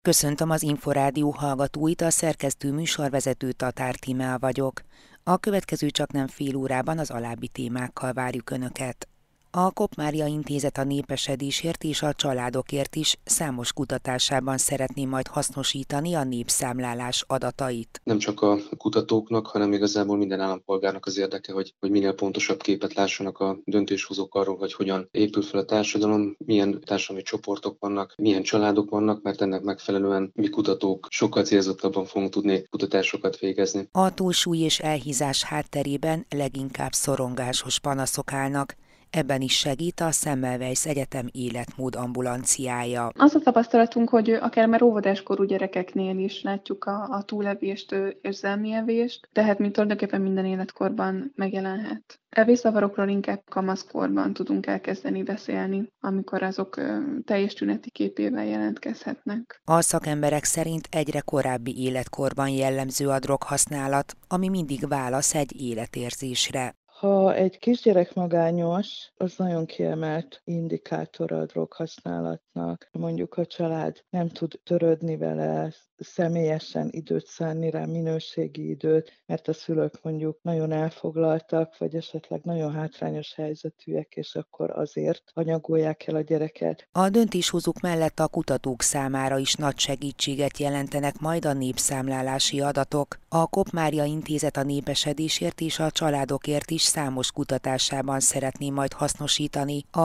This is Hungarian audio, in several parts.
Köszöntöm az Inforádió hallgatóit, a szerkesztő műsorvezető Tatár Tímea vagyok. A következő csaknem fél órában az alábbi témákkal várjuk Önöket. A Kopp-Mária Intézet a népesedésért és a családokért is számos kutatásában szeretné majd hasznosítani a népszámlálás adatait. Nem csak a kutatóknak, hanem igazából minden állampolgárnak az érdeke, hogy minél pontosabb képet lássanak a döntéshozók arról, hogy hogyan épül fel a társadalom, milyen társadalmi csoportok vannak, milyen családok vannak, mert ennek megfelelően mi kutatók sokkal célzottabban fogunk tudni kutatásokat végezni. A túlsúly és elhízás hátterében leginkább szorongásos panaszok állnak. Ebben is segít a Semmelweis Egyetem életmód ambulanciája. Az a tapasztalatunk, hogy akár már óvodáskorú gyerekeknél is látjuk a túlevést, érzelmi evést, tehát tulajdonképpen minden életkorban megjelenhet. Evészavarokról inkább kamaszkorban tudunk elkezdeni beszélni, amikor azok teljes tüneti képével jelentkezhetnek. A szakemberek szerint egyre korábbi életkorban jellemző a droghasználat, ami mindig válasz egy életérzésre. Ha egy kisgyerek magányos, az nagyon kiemelt indikátora a droghasználatnak. Mondjuk a család nem tud törődni vele, személyesen időt szánni rá, minőségi időt, mert a szülők mondjuk nagyon elfoglaltak, vagy esetleg nagyon hátrányos helyzetűek, és akkor azért anyagolják el a gyereket. A döntéshozók mellett a kutatók számára is nagy segítséget jelentenek majd a népszámlálási adatok. A Kopp-Mária Intézet a népesedésért és a családokért is számos kutatásában szeretné majd hasznosítani a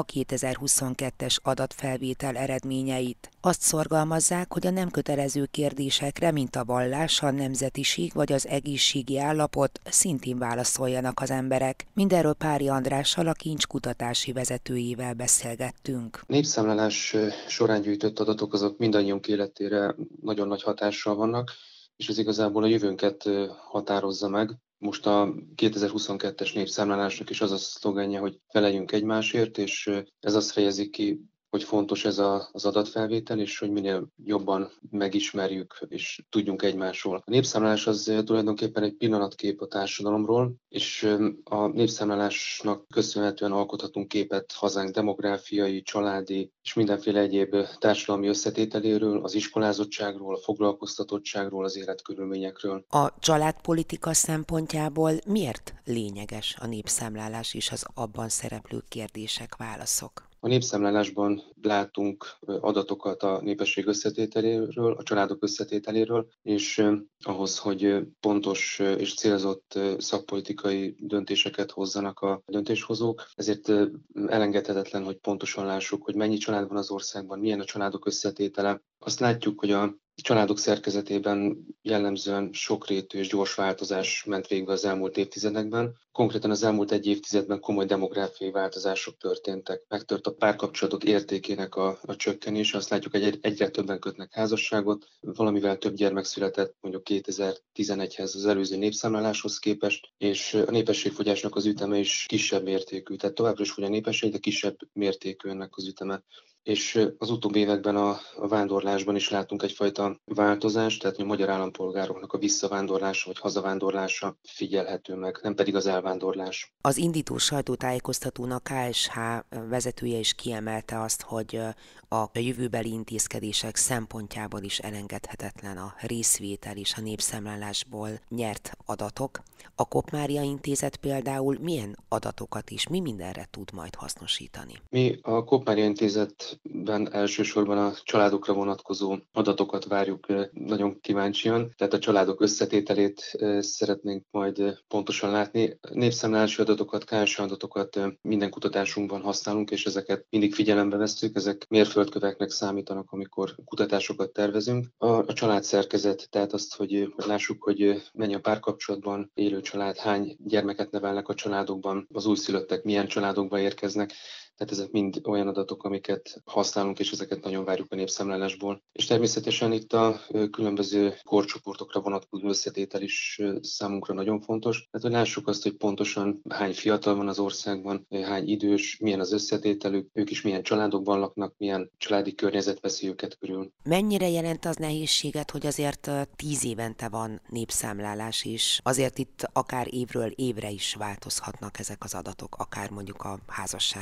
2022-es adatfelvétel eredményeit. Azt szorgalmazzák, hogy a nem kötelező kérdésekre, mint a vallás, a nemzetiség vagy az egészségi állapot szintén válaszoljanak az emberek. Mindenről Pári Andrással, a Kincs kutatási vezetőjével beszélgettünk. Népszámlálás során gyűjtött adatok azok mindannyiunk életére nagyon nagy hatással vannak, és ez igazából a jövőnket határozza meg. Most a 2022-es népszámlálásnak is az a szlogenje, hogy feleljünk egymásért, és ez azt fejezi ki, hogy fontos ez az adatfelvétel, és hogy minél jobban megismerjük és tudjunk egymásról. A népszámlálás az tulajdonképpen egy pillanatkép a társadalomról, és a népszámlálásnak köszönhetően alkothatunk képet hazánk demográfiai, családi és mindenféle egyéb társadalmi összetételéről, az iskolázottságról, a foglalkoztatottságról, az életkörülményekről. A családpolitika szempontjából miért lényeges a népszámlálás és az abban szereplő kérdések, válaszok? A népszámlálásban látunk adatokat a népesség összetételéről, a családok összetételéről, és ahhoz, hogy pontos és célzott szakpolitikai döntéseket hozzanak a döntéshozók, ezért elengedhetetlen, hogy pontosan lássuk, hogy mennyi család van az országban, milyen a családok összetétele. Azt látjuk, hogy a családok szerkezetében jellemzően sokrétű és gyors változás ment végbe az elmúlt évtizedekben. Konkrétan az elmúlt egy évtizedben komoly demográfiai változások történtek. Megtört a párkapcsolatok értékének a csökkenése. Azt látjuk, hogy egyre többen kötnek házasságot. Valamivel több gyermek született mondjuk 2011-hez, az előző népszámláláshoz képest, és a népességfogyásnak az üteme is kisebb mértékű. Tehát továbbra is fogy a népesség, de kisebb mértékű ennek az üteme. És az utóbbi években a vándorlásban is látunk egyfajta változást, tehát a magyar állampolgároknak a visszavándorlása vagy hazavándorlása figyelhető meg, nem pedig az elvándorlás. Az indító sajtótájékoztatón a KSH vezetője is kiemelte azt, hogy a jövőbeli intézkedések szempontjából is elengedhetetlen a részvétel és a népszámlálásból nyert adatok. A Kopp-Mária Intézet például milyen adatokat is, mi mindenre tud majd hasznosítani? Mi a Kopp-Mária Intézetben elsősorban a családokra vonatkozó adatokat várjuk nagyon kíváncsian, tehát a családok összetételét szeretnénk majd pontosan látni. Népszámlálási adatokat, KSH adatokat minden kutatásunkban használunk, és ezeket mindig figyelembe vesszük, ezek mérföldköveknek számítanak, amikor kutatásokat tervezünk. A családszerkezet, tehát azt, hogy lássuk, hogy mennyi a párkapcsolatban élő család, hány gyermeket nevelnek a családokban, az újszülöttek milyen családokba érkeznek. Tehát ezek mind olyan adatok, amiket használunk, és ezeket nagyon várjuk a népszámlálásból. És természetesen itt a különböző korcsoportokra vonatkozó összetétel is számunkra nagyon fontos. Tehát, hogy lássuk azt, hogy pontosan hány fiatal van az országban, hány idős, milyen az összetételük, ők is milyen családokban laknak, milyen családi környezet veszi őket körül. Mennyire jelent az nehézséget, hogy azért 10 évente van népszámlálás is, azért itt akár évről évre is változhatnak ezek az adatok, akár mondjuk a házasságok száma?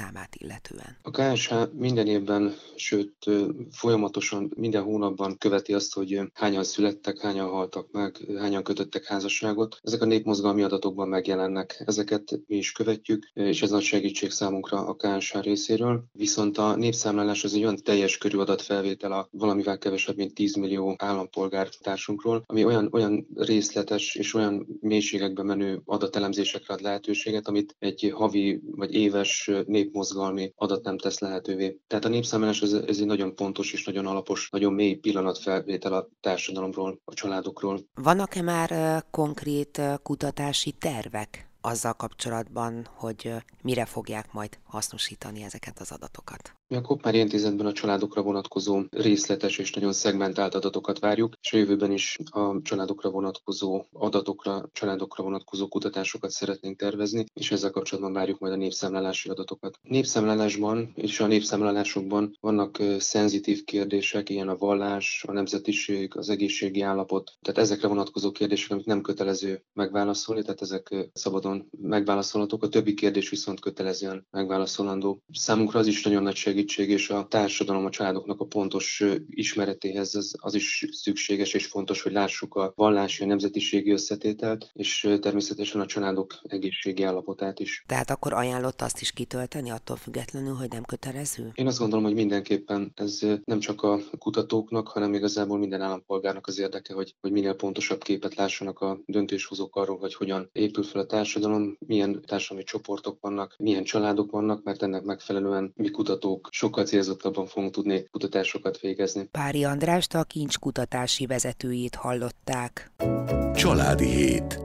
számát illetően? A KSH minden évben, sőt folyamatosan minden hónapban követi azt, hogy hányan születtek, hányan haltak meg, hányan kötöttek házasságot. Ezek a népmozgalmi adatokban megjelennek. Ezeket mi is követjük, és ez nagy segítség számunkra a KSH részéről. Viszont a népszámlálás az egy olyan teljes körű adatfelvétel a valamivel kevesebb, mint 10 millió állampolgártársunkról, ami olyan részletes és olyan mélységekbe menő adatelemzésekre ad lehetőséget, amit egy havi vagy éves népmozgalmi adat nem tesz lehetővé. Tehát a népszámlálás ez egy nagyon pontos és nagyon alapos, nagyon mély pillanatfelvétel a társadalomról, a családokról. Vannak-e már konkrét kutatási tervek azzal kapcsolatban, hogy mire fogják majd hasznosítani ezeket az adatokat? Mi a Koppmáry Intézetben a családokra vonatkozó részletes és nagyon szegmentált adatokat várjuk, és a jövőben is a családokra vonatkozó adatokra, családokra vonatkozó kutatásokat szeretnénk tervezni, és ezzel kapcsolatban várjuk majd a népszámlálási adatokat. Népszámlálásban és a népszámlálásokban vannak szenzitív kérdések, ilyen a vallás, a nemzetiség, az egészségi állapot, tehát ezekre vonatkozó kérdések, amit nem kötelező megválaszolni, tehát ezek szabadon megválaszolhatók, a többi kérdés viszont kötelezően megválaszolandó. Számunkra az is nagyon nagy segítség, és a társadalom, a családoknak a pontos ismeretéhez az is szükséges és fontos, hogy lássuk a vallási, a nemzetiségi összetételt, és természetesen a családok egészségi állapotát is. Tehát akkor ajánlott azt is kitölteni, attól függetlenül, hogy nem kötelező? Én azt gondolom, hogy mindenképpen ez nem csak a kutatóknak, hanem igazából minden állampolgárnak az érdeke, hogy minél pontosabb képet lássanak a döntéshozók arról, hogy hogyan épül fel a társadalom, milyen társadalmi csoportok vannak, milyen családok vannak, mert ennek megfelelően mi kutatók sokkal célzottabban fogunk tudni kutatásokat végezni. Pári Andrást, a Kincs kutatási vezetőjét hallották. Családi hét.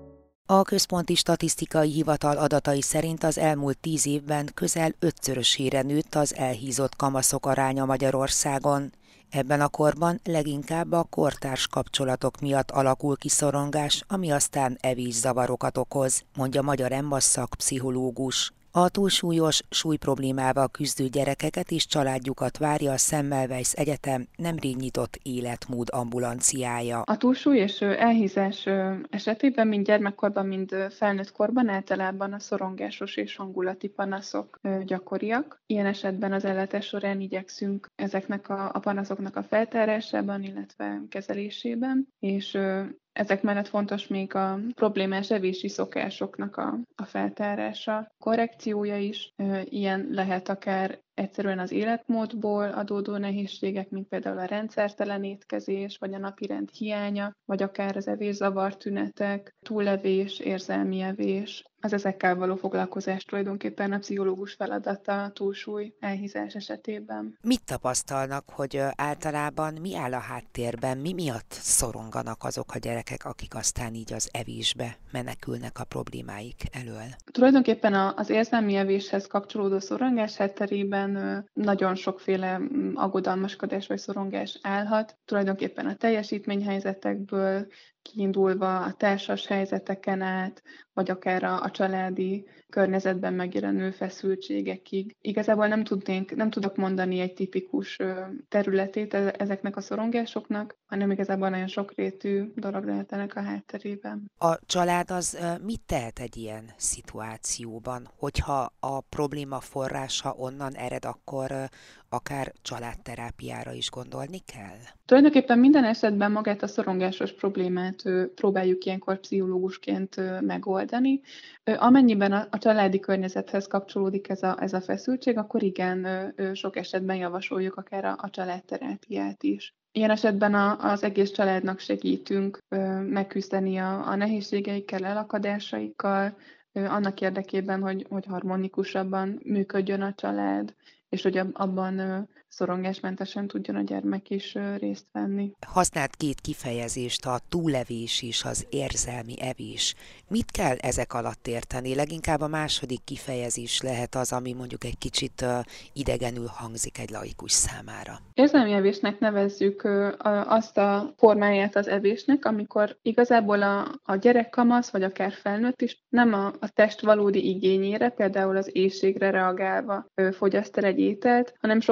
A Központi Statisztikai Hivatal adatai szerint az elmúlt 10 évben közel 5-szörösére nőtt az elhízott kamaszok aránya Magyarországon. Ebben a korban leginkább a kortárs kapcsolatok miatt alakul ki szorongás, ami aztán evészavarokat okoz, mondja Magyar Emma szakpszichológus. A túlsúlyos súlyproblémával küzdő gyerekeket és családjukat várja a Semmelweis Egyetem nemrég nyitott életmód ambulanciája. A túlsúly és elhízás esetében mind gyermekkorban, mind felnőtt korban általában a szorongásos és hangulati panaszok gyakoriak. Ilyen esetben az ellátás során igyekszünk ezeknek a panaszoknak a feltárásában, illetve kezelésében, és ezek mellett fontos még a problémás evési szokásoknak a feltárása, korrekciója is. Ilyen lehet akár egyszerűen az életmódból adódó nehézségek, mint például a rendszertelen étkezés, vagy a napirend hiánya, vagy akár az evészavar tünetek, túllevés, érzelmi evés. Az ezekkel való foglalkozás tulajdonképpen a pszichológus feladata a túlsúly elhízás esetében. Mit tapasztalnak, hogy általában mi áll a háttérben, mi miatt szoronganak azok a gyerekek, akik aztán így az evésbe menekülnek a problémáik elől? Tulajdonképpen az érzelmi evéshez kapcsolódó szorongás hátterében nagyon sokféle aggodalmaskodás vagy szorongás állhat. Tulajdonképpen a teljesítményhelyzetekből kiindulva a társas helyzeteken át, vagy akár a családi környezetben megjelenő feszültségekig. Igazából nem tudok mondani egy tipikus területét ezeknek a szorongásoknak, hanem igazából nagyon sokrétű dolog lehet ennek a hátterében. A család az mit tehet egy ilyen szituációban? Hogyha a probléma forrása onnan ered, akkor akár családterápiára is gondolni kell? Tulajdonképpen minden esetben magát a szorongásos problémát próbáljuk ilyenkor pszichológusként megoldani. Amennyiben a családi környezethez kapcsolódik ez a feszültség, akkor igen, sok esetben javasoljuk akár a családterápiát is. Ilyen esetben az egész családnak segítünk megküzdeni a nehézségeikkel, elakadásaikkal, annak érdekében, hogy harmonikusabban működjön a család, és hogy abban szorongásmentesen tudjon a gyermek is részt venni. Használt két kifejezést, a túlevés és az érzelmi evés. Mit kell ezek alatt érteni? Leginkább a második kifejezés lehet az, ami mondjuk egy kicsit idegenül hangzik egy laikus számára. Érzelmi evésnek nevezzük azt a formáját az evésnek, amikor igazából a gyerekkamasz, vagy akár felnőtt is nem a test valódi igényére, például az éhségre reagálva fogyaszt el egy ételt, hanem sokkal inkább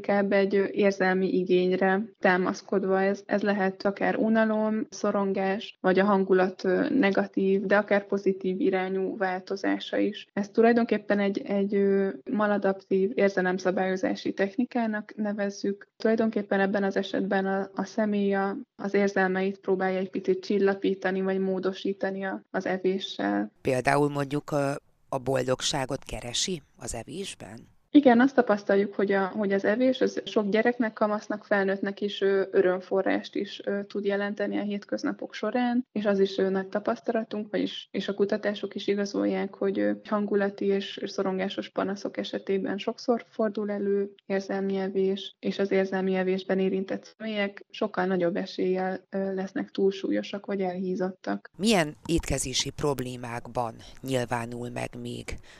inkább egy érzelmi igényre támaszkodva. Ez lehet akár unalom, szorongás, vagy a hangulat negatív, de akár pozitív irányú változása is. Ez tulajdonképpen egy maladaptív érzelemszabályozási technikának nevezzük. Tulajdonképpen ebben az esetben a személy az érzelmeit próbálja egy picit csillapítani, vagy módosítani az evéssel. Például mondjuk a boldogságot keresi az evésben? Igen, azt tapasztaljuk, hogy az evés az sok gyereknek, kamasznak, felnőttnek is örömforrást is tud jelenteni a hétköznapok során, és az is nagy tapasztalatunk, és a kutatások is igazolják, hogy hangulati és szorongásos panaszok esetében sokszor fordul elő érzelmi evés, és az érzelmi evésben érintett személyek sokkal nagyobb eséllyel lesznek túlsúlyosak vagy elhízottak. Milyen étkezési problémákban nyilvánul meg még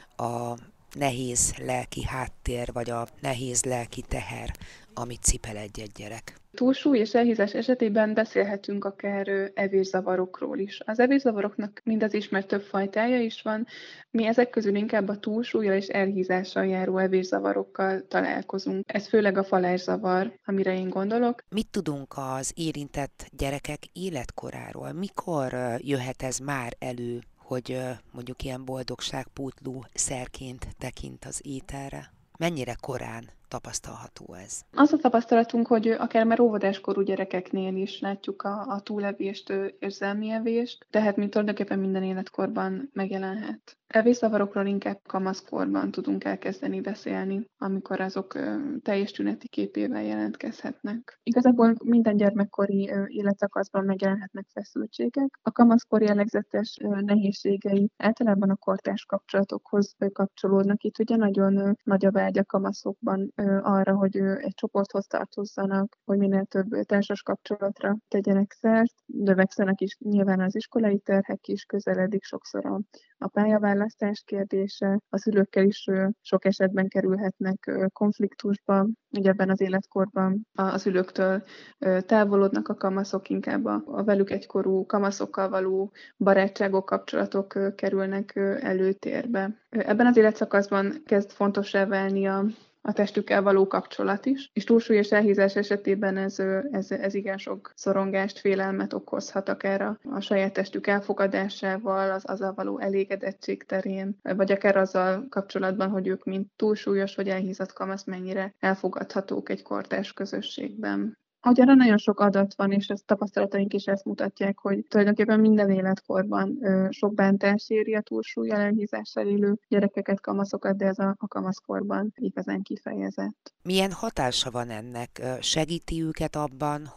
a nehéz lelki háttér, vagy a nehéz lelki teher, amit cipel egy gyerek? Túlsúly és elhízás esetében beszélhetünk akár evészavarokról is. Az evészavaroknak mind az ismert több fajtája is van. Mi ezek közül inkább a túlsúllyal és elhízással járó evészavarokkal találkozunk. Ez főleg a falászavar, amire én gondolok. Mit tudunk az érintett gyerekek életkoráról? Mikor jöhet ez már elő, hogy mondjuk ilyen boldogságpótló szerként tekint az ételre? Mennyire korán tapasztalható ez? Az a tapasztalatunk, hogy akár már óvodáskorú gyerekeknél is látjuk a túlevést, érzelmi evést, tehát tulajdonképpen minden életkorban megjelenhet. Evészavarokról inkább kamaszkorban tudunk elkezdeni beszélni, amikor azok teljes tüneti képével jelentkezhetnek. Igazából minden gyermekkori életszakaszban megjelenhetnek feszültségek. A kamaszkor jellegzetes nehézségei általában a kortárs kapcsolatokhoz kapcsolódnak. Itt ugye nagyon nagy a vágy a kamaszokban arra, hogy egy csoporthoz tartozzanak, hogy minél több társas kapcsolatra tegyenek szert. Növekszenek is nyilván az iskolai terhek is, közeledik sokszor a pályaválasztás kérdése. A szülőkkel is sok esetben kerülhetnek konfliktusba. Ugye ebben az életkorban a szülőktől távolodnak a kamaszok, inkább a velük egykorú kamaszokkal való barátságok, kapcsolatok kerülnek előtérbe. Ebben az életszakaszban kezd fontossá válni a testükkel való kapcsolat is, és túlsúly és elhízás esetében ez igen sok szorongást, félelmet okozhat, akár a saját testük elfogadásával, azzal való elégedettség terén, vagy akár azzal kapcsolatban, hogy ők mint túlsúlyos vagy elhízott kamasz mennyire elfogadhatók egy kortárs közösségben. Ahogy arra nagyon sok adat van, és ezt tapasztalataink is ezt mutatják, hogy tulajdonképpen minden életkorban sok bántás éri a túlsúllyal, elhízással élő gyerekeket, kamaszokat, de ez a kamaszkorban igazán kifejezett. Milyen hatása van ennek? Segíti őket abban,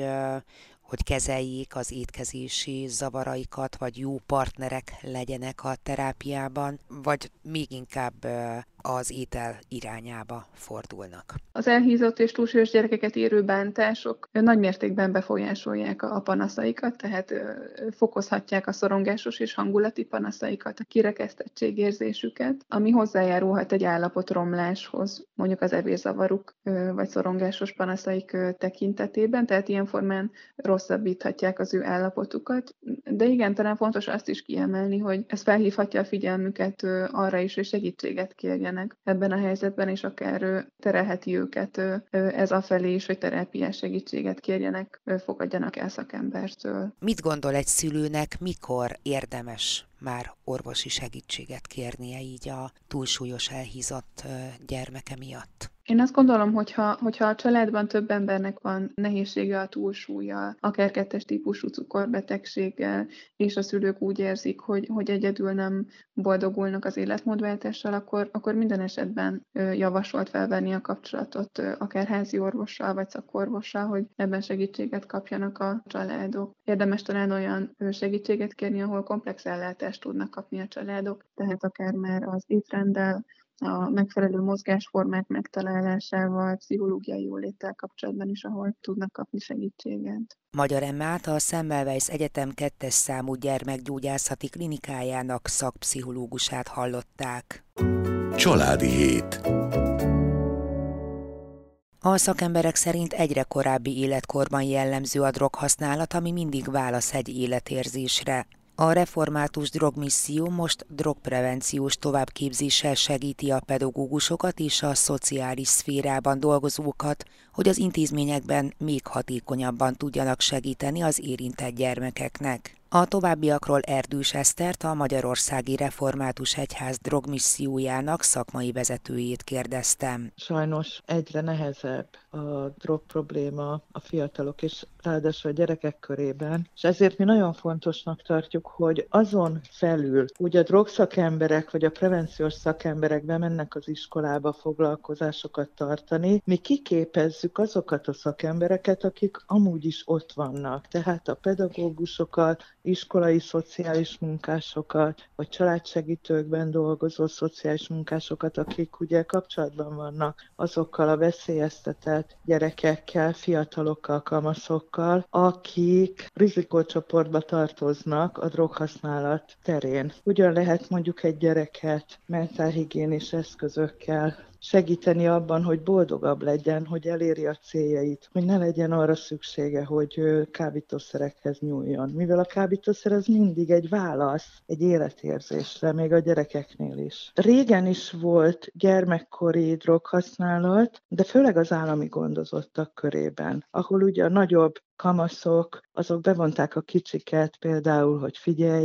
hogy kezeljék az étkezési zavaraikat, vagy jó partnerek legyenek a terápiában, vagy még inkább az étel irányába fordulnak? Az elhízott és túlsúlyos gyerekeket érő bántások nagy mértékben befolyásolják a panaszaikat, tehát fokozhatják a szorongásos és hangulati panaszaikat, a kirekesztettségérzésüket, ami hozzájárulhat egy állapotromláshoz, mondjuk az evészavaruk vagy szorongásos panaszaik tekintetében, tehát ilyen formán rosszabbíthatják az ő állapotukat. De igen, talán fontos azt is kiemelni, hogy ez felhívhatja a figyelmüket arra is, hogy segítséget kérjenek ebben a helyzetben, és akár terelheti őket ez afelé is, hogy terápiás segítséget kérjenek, fogadjanak el szakembertől. Mit gondol egy szülőnek, mikor érdemes már orvosi segítséget kérnie így a túlsúlyos, elhízott gyermeke miatt? Én azt gondolom, hogyha a családban több embernek van nehézsége a túlsúllyal, akár 2-es típusú cukorbetegséggel, és a szülők úgy érzik, hogy egyedül nem boldogulnak az életmódváltással, akkor minden esetben javasolt felvenni a kapcsolatot akár házi orvossal vagy szakorvossal, hogy ebben segítséget kapjanak a családok. Érdemes talán olyan segítséget kérni, ahol komplex ellátást tudnak kapni a családok, tehát akár már az étrenddel, a megfelelő mozgásformák megtalálásával, pszichológiai jóléttel kapcsolatban is, ahol tudnak kapni segítséget. Magyar Emmát, a Semmelweis Egyetem 2-es számú gyermekgyógyászati klinikájának szakpszichológusát hallották. Családi hét. A szakemberek szerint egyre korábbi életkorban jellemző a droghasználat, ami mindig válasz egy életérzésre. A református drogmisszió most drogprevenciós továbbképzéssel segíti a pedagógusokat és a szociális szférában dolgozókat, hogy az intézményekben még hatékonyabban tudjanak segíteni az érintett gyermekeknek. A továbbiakról Erdős Esztert, a Magyarországi Református Egyház drogmissziójának szakmai vezetőjét kérdeztem. Sajnos egyre nehezebb a drogprobléma a fiatalok és ráadásul a gyerekek körében, és ezért mi nagyon fontosnak tartjuk, hogy azon felül, hogy a drogszakemberek vagy a prevenciós szakemberek bemennek az iskolába foglalkozásokat tartani, mi kiképezzük azokat a szakembereket, akik amúgy is ott vannak, tehát a pedagógusokat, iskolai szociális munkásokat, vagy családsegítőkben dolgozó szociális munkásokat, akik ugye kapcsolatban vannak azokkal a veszélyeztetett gyerekekkel, fiatalokkal, kamaszokkal, akik rizikócsoportba tartoznak a droghasználat terén. Hogyan lehet mondjuk egy gyereket mentálhigiénis eszközökkel segíteni abban, hogy boldogabb legyen, hogy eléri a céljait, hogy ne legyen arra szüksége, hogy kábítószerekhez nyúljon. Mivel a kábítószer az mindig egy válasz, egy életérzésre, még a gyerekeknél is. Régen is volt gyermekkori droghasználat, de főleg az állami gondozottak körében, ahol ugye a nagyobb kamaszok, azok bevonták a kicsiket például, hogy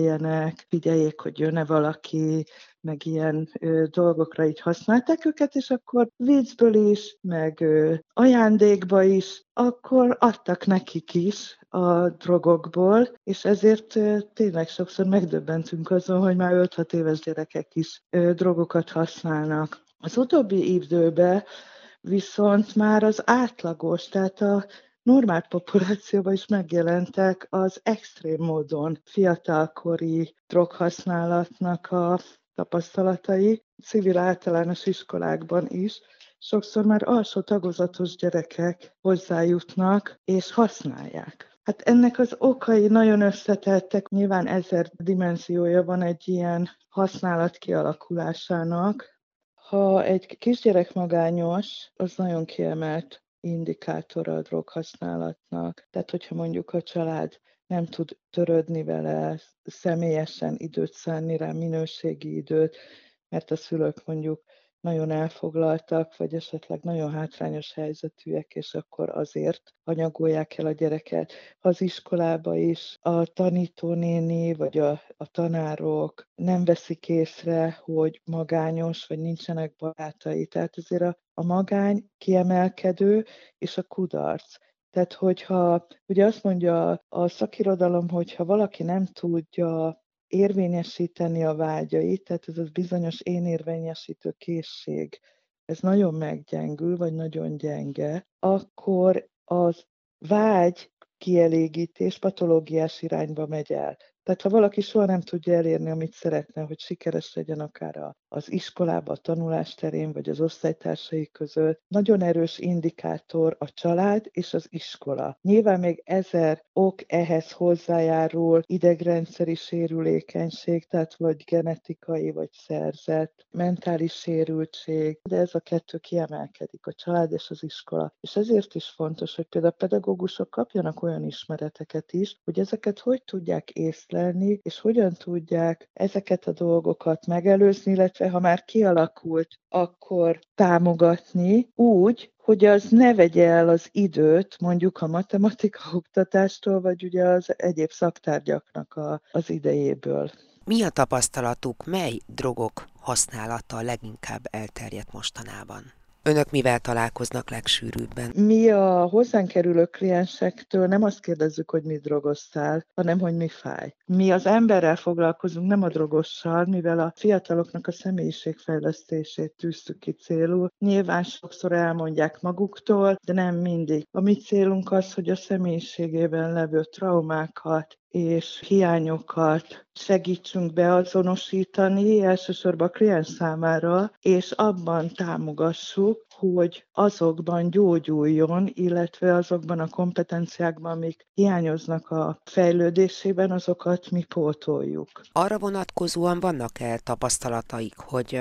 figyeljék, hogy jön-e valaki, meg ilyen dolgokra így használták őket, és akkor viccből is, meg ajándékba is, akkor adtak nekik is a drogokból, és ezért tényleg sokszor megdöbbentünk azon, hogy már 5-6 éves gyerekek is drogokat használnak. Az utóbbi időben viszont már az átlagos, tehát a normál populációban is megjelentek az extrém módon fiatalkori droghasználatnak a tapasztalatai, civil általános iskolákban is. Sokszor már alsó tagozatos gyerekek hozzájutnak és használják. Hát ennek az okai nagyon összetettek, nyilván 1000 dimenziója van egy ilyen használat kialakulásának. Ha egy kisgyerek magányos, az nagyon kiemelt indikátora a droghasználatnak. Tehát, hogyha mondjuk a család nem tud törődni vele, személyesen időt szánni rá, minőségi időt, mert a szülők mondjuk nagyon elfoglaltak, vagy esetleg nagyon hátrányos helyzetűek, és akkor azért anyagolják el a gyereket. Az iskolába is a tanítónéni, vagy a tanárok nem veszik észre, hogy magányos, vagy nincsenek barátai. Tehát azért a magány kiemelkedő, és a kudarc. Tehát, hogyha ugye azt mondja a szakirodalom, hogyha valaki nem tudja érvényesíteni a vágyait, tehát ez az bizonyos énérvényesítő készség, ez nagyon meggyengül, vagy nagyon gyenge, akkor az vágy kielégítés patológiás irányba megy el. Tehát ha valaki soha nem tudja elérni, amit szeretne, hogy sikeres legyen akár az iskolában, a tanulás terén, vagy az osztálytársai között, nagyon erős indikátor a család és az iskola. Nyilván még 1000 ok ehhez hozzájárul, idegrendszeri sérülékenység, tehát vagy genetikai, vagy szerzett, mentális sérültség, de ez a kettő kiemelkedik, a család és az iskola. És ezért is fontos, hogy például a pedagógusok kapjanak olyan ismereteket is, hogy ezeket hogy tudják észlelni, és hogyan tudják ezeket a dolgokat megelőzni, illetve ha már kialakult, akkor támogatni úgy, hogy az ne vegye el az időt mondjuk a matematika oktatástól, vagy ugye az egyéb szaktárgyaknak az idejéből. Mi a tapasztalatuk, mely drogok használata leginkább elterjedt mostanában? Önök mivel találkoznak legsűrűbben? Mi a hozzánk kerülő kliensektől nem azt kérdezzük, hogy mi drogoztál, hanem hogy mi fáj. Mi az emberrel foglalkozunk, nem a drogossal, mivel a fiataloknak a személyiségfejlesztését tűztük ki célul. Nyilván sokszor elmondják maguktól, de nem mindig. A mi célunk az, hogy a személyiségében levő traumákat és hiányokat segítsünk beazonosítani, elsősorban a kliens számára, és abban támogassuk, hogy azokban gyógyuljon, illetve azokban a kompetenciákban, amik hiányoznak a fejlődésében, azokat mi pótoljuk. Arra vonatkozóan vannak-e tapasztalataik, hogy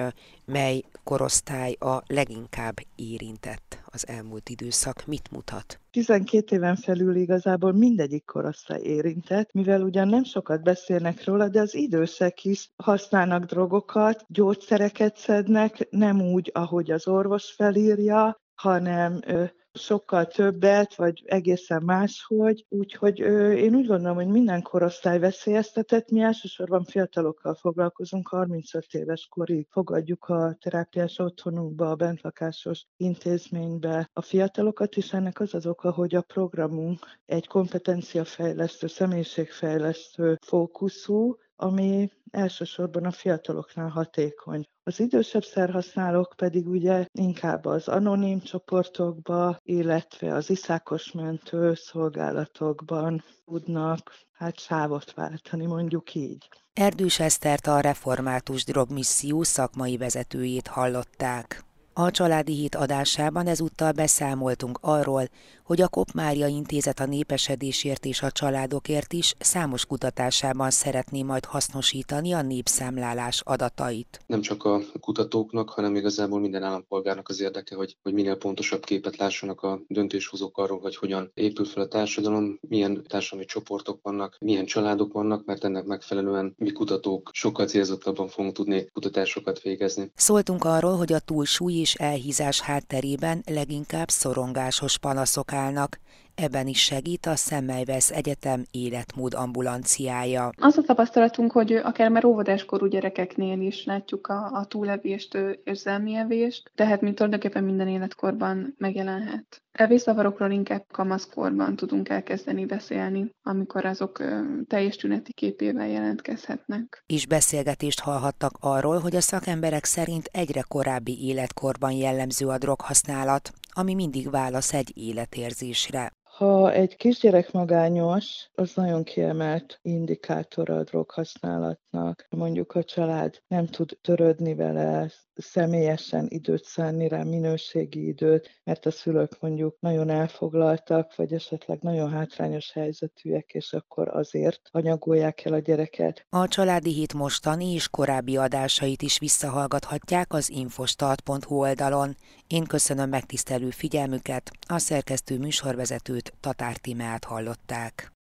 Mely korosztály a leginkább érintett az elmúlt időszak? Mit mutat? 12 éven felül igazából mindegyik korosztály érintett, mivel ugyan nem sokat beszélnek róla, de az idősek is használnak drogokat, gyógyszereket szednek, nem úgy, ahogy az orvos felírja, hanem sokkal többet, vagy egészen máshogy. Úgyhogy én úgy gondolom, hogy minden korosztály veszélyeztetett. Mi elsősorban fiatalokkal foglalkozunk, 35 éves korig fogadjuk a terápiás otthonunkba, a bentlakásos intézménybe a fiatalokat, és ennek az az oka, hogy a programunk egy kompetenciafejlesztő, személyiségfejlesztő fókuszú, ami elsősorban a fiataloknál hatékony. Az idősebb szerhasználók pedig ugye inkább az anonim csoportokba, illetve az iszákos mentő szolgálatokban tudnak sávot váltani, mondjuk így. Erdős Esztert, a Református Drogmisszió szakmai vezetőjét hallották. A Családi Hét adásában ezúttal beszámoltunk arról, hogy a Kopp-Mária Intézet a népesedésért és a családokért is számos kutatásában szeretné majd hasznosítani a népszámlálás adatait. Nem csak a kutatóknak, hanem igazából minden állampolgárnak az érdeke, hogy minél pontosabb képet lássanak a döntéshozók arról, hogy hogyan épül fel a társadalom, milyen társadalmi csoportok vannak, milyen családok vannak, mert ennek megfelelően mi kutatók sokkal célzottabban fogunk tudni kutatásokat végezni. Szóltunk arról, hogy a túlsúly és elhízás hátterében leginkább szorongásos panaszok állnak. Ebben is segít a Semmelweis Egyetem életmód ambulanciája. Az a tapasztalatunk, hogy akár már óvodáskorú gyerekeknél is látjuk a túlevést, érzelmi evést, tehát mint tulajdonképpen minden életkorban megjelenhet. Evészavarokról inkább kamaszkorban tudunk elkezdeni beszélni, amikor azok teljes tüneti képével jelentkezhetnek. És beszélgetést hallhattak arról, hogy a szakemberek szerint egyre korábbi életkorban jellemző a droghasználat, ami mindig válasz egy életérzésre. Ha egy kisgyerek magányos, az nagyon kiemelt indikátora a droghasználatnak. Mondjuk a család nem tud törődni vele, személyesen időt szánni rá, minőségi időt, mert a szülők mondjuk nagyon elfoglaltak, vagy esetleg nagyon hátrányos helyzetűek, és akkor azért anyagolják el a gyereket. A Családi Hét mostani és korábbi adásait is visszahallgathatják az infostart.hu oldalon. Én köszönöm megtisztelő figyelmüket, a szerkesztő műsorvezetőt, Tatár Tímeát hallották.